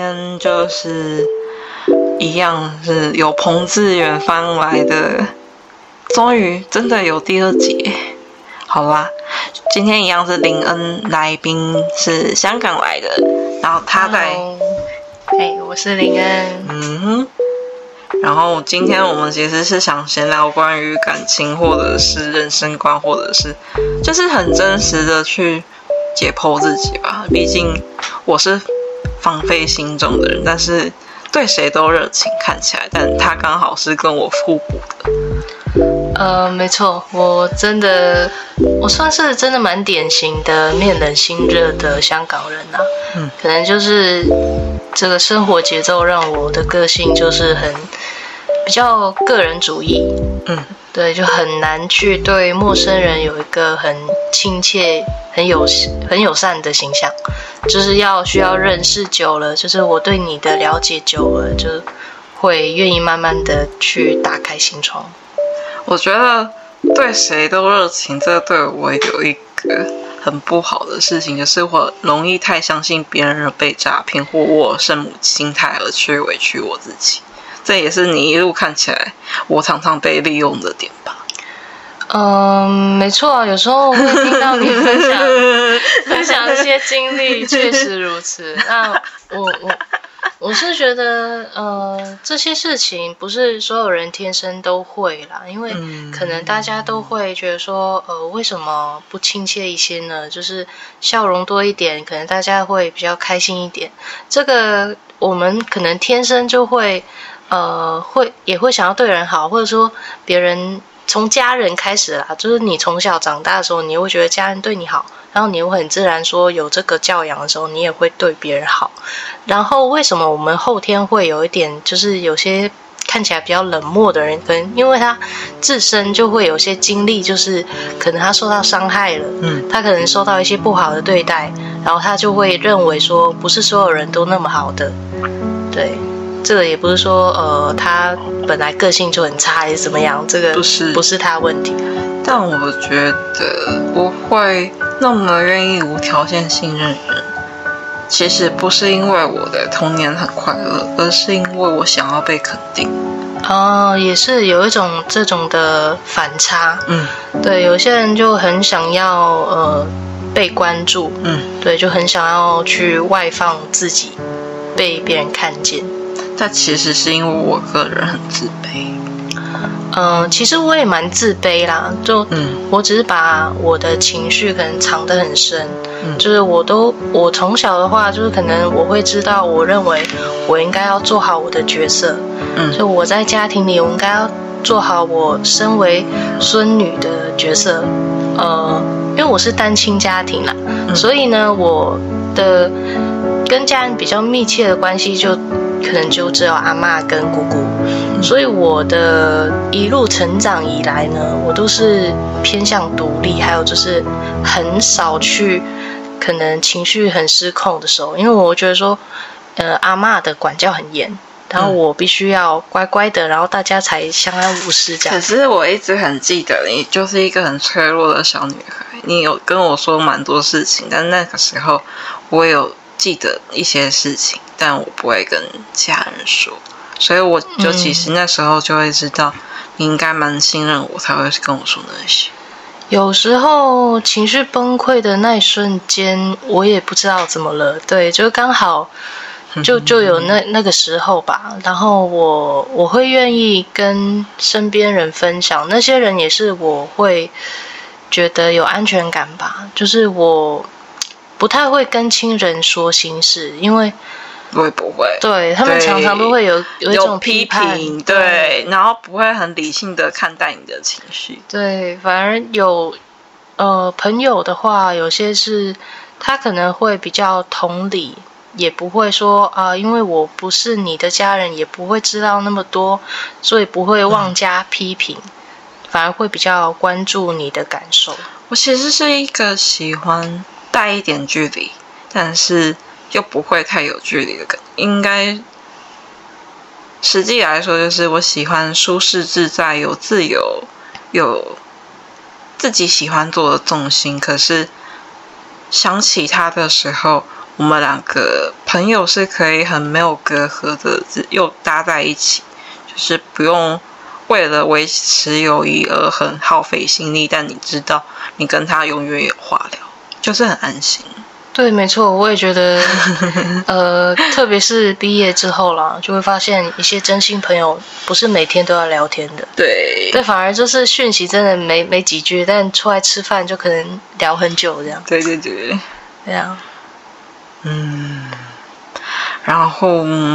天就是一样是有朋自远方来的，终于真的有第二节。好啦，今天一样是林恩，来宾是香港来的，然后他在， 我是林恩。 然后今天我们其实是想闲聊关于感情，或者是人生观，或者是就是很真实的去解剖自己吧。毕竟我是放飞心中的人，但是对谁都热情看起来，但他刚好是跟我互补的。 没错，我算是真的蛮典型的面冷心热的香港人啊。可能就是这个生活节奏让我的个性就是比较个人主义。对，就很难去对陌生人有一个很亲切、很友善的形象，就是需要认识久了，就是我对你的了解久了，就会愿意慢慢的去打开心窗。 我觉得对谁都热情，这对我有一个很不好的事情，就是我容易太相信别人被诈骗，或我圣母心态而去委屈我自己。这也是你一路看起来我常常被利用的点吧？ 没错，有时候会听到你分享一些经历，确实如此。那我是觉得，这些事情不是所有人天生都会啦，因为可能大家都会觉得说，为什么不亲切一些呢？就是笑容多一点，可能大家会比较开心一点。这个我们可能天生就会，也会想要对人好，或者说别人从家人开始啦，就是你从小长大的时候，你会觉得家人对你好。然后你会很自然说有这个教养的时候，你也会对别人好。然后为什么我们后天会有一点，就是有些看起来比较冷漠的人，可能因为他自身就会有些经历，就是可能他受到伤害了，他可能受到一些不好的对待，然后他就会认为说不是所有人都那么好的。对，这个也不是说他本来个性就很差还是怎么样，这个不是他问题。 但我觉得我会那么愿意无条件信任人，其实不是因为我的童年很快乐，而是因为我想要被肯定。 也是有一种这种的反差。对，有些人就很想要被关注。对，就很想要去外放自己，被别人看见。 但其实是因为我个人很自卑。 其实我也蛮自卑啦，我只是把我的情绪可能藏得很深。就是我从小的话，就是可能我会知道，我认为我应该要做好我的角色。就我在家庭里，我应该要做好我身为孙女的角色。因为我是单亲家庭啦，所以呢，我的跟家人比较密切的关系可能就只有阿嬷跟姑姑。所以我的一路成长以来呢，我都是偏向独立，还有就是很少去可能情绪很失控的时候，因为我觉得说，阿嬷的管教很严，然后我必须要乖乖的，然后大家才相安无事这样。 可是我一直很记得，你就是一个很脆弱的小女孩，你有跟我说蛮多事情，但那个时候我有记得一些事情，但我不会跟家人说。所以我就其实那时候就会知道，你应该蛮信任我，才会跟我说那些。 有时候情绪崩溃的那一瞬间，我也不知道怎么了，对，就刚好就有那个时候吧。然后我会愿意跟身边人分享，那些人也是我会觉得有安全感吧。就是我不太会跟亲人说心事，因为我也不会， 对，他们常常都会有一种批评，对，然后不会很理性的看待你的情绪。 对，反而有朋友的话，有些是他可能会比较同理，也不会说因为我不是你的家人，也不会知道那么多，所以不会妄加批评，反而会比较关注你的感受。 我其实是一个喜欢带一点距离，但是又不会太有距离的感觉。应该实际来说，就是我喜欢舒适自在、有自由、有自己喜欢做的重心。可是想起他的时候， 我们两个朋友是可以很没有隔阂的，又搭在一起，就是不用为了维持友谊而很耗费心力，但你知道你跟他永远有话聊，就是很安心。 对，没错，我也觉得，特别是毕业之后啦，就会发现一些真心朋友不是每天都要聊天的。 对， 对，反而就是讯息真的没几句，但出来吃饭就可能聊很久这样。 对对对， 对啊。 然后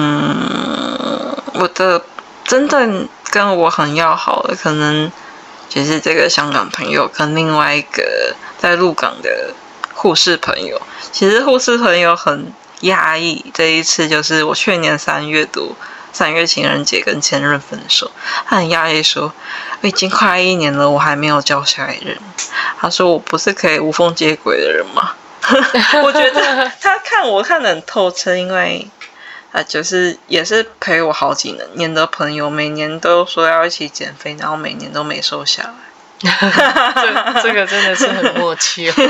我的真正跟我很要好的，可能就是这个香港朋友跟另外一个在鹿港的护士朋友。其实护士朋友很压抑，这一次就是我去年3月情人节跟前任分手，他很压抑说，已经快1年了，我还没有交下一任。他说我不是可以无缝接轨的人吗？我觉得他看我看得很透彻，因为就是也是陪我好几年的朋友，每年都说要一起减肥，然后每年都没瘦下来。 这个真的是很默契哦。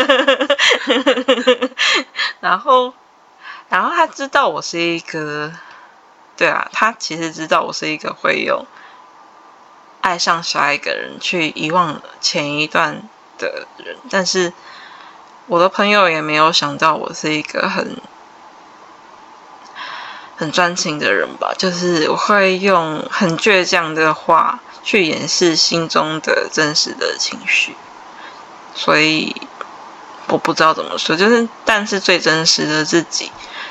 然后他知道我是一个，对啊，他其实知道我是一个会用爱上下一个人去遗忘前一段的人，但是我的朋友也没有想到我是一个很专情的人吧，就是我会用很倔强的话去掩饰心中的真实的情绪，所以我不知道怎么说，就是但是最真实的自己，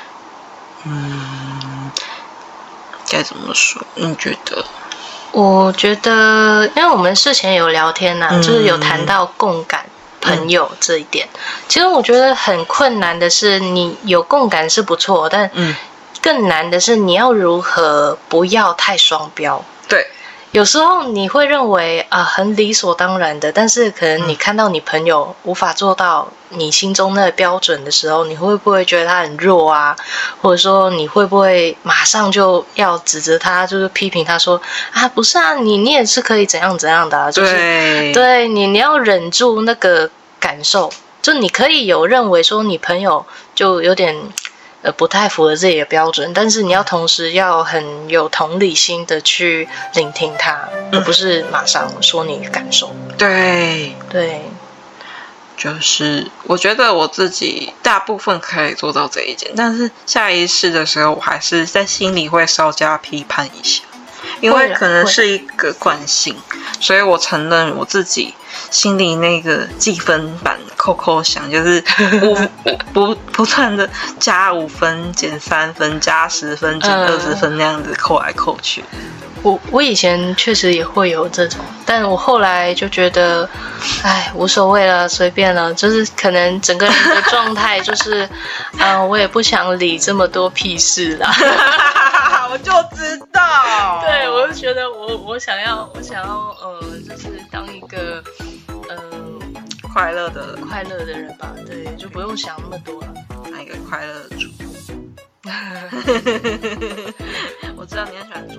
该怎么说？你觉得？ 我觉得，因为我们事前有聊天呐，就是有谈到共感朋友这一点。其实我觉得很困难的是，你有共感是不错，但更难的是你要如何不要太双标。 对。 有时候你会认为很理所当然的，但是可能你看到你朋友无法做到你心中那个标准的时候，你会不会觉得他很弱啊？或者说你会不会马上就要指责他，就是批评他说不是啊，你也是可以怎样怎样的啊？就是对你要忍住那个感受，就你可以有认为说你朋友就有点不太符合自己的标准，但是你要同时要很有同理心的去聆听他，而不是马上说你的感受。 对， 就是我觉得我自己大部分可以做到这一点，但是下一次的时候，我还是在心里会稍加批判一下，因为可能是一个惯性，所以我承认我自己心里那个计分板扣响，就是不断的加5分、减3分、加10分、减20分那样子扣来扣去。 我以前确实也会有这种，但我后来就觉得，无所谓了，随便了，就是可能整个人的状态就是，我也不想理这么多屁事啦。 我就知道。 对，我就觉得我想要，就是当一个快乐的人吧，对，就不用想那么多了， 当一个快乐的主。我知道你很喜欢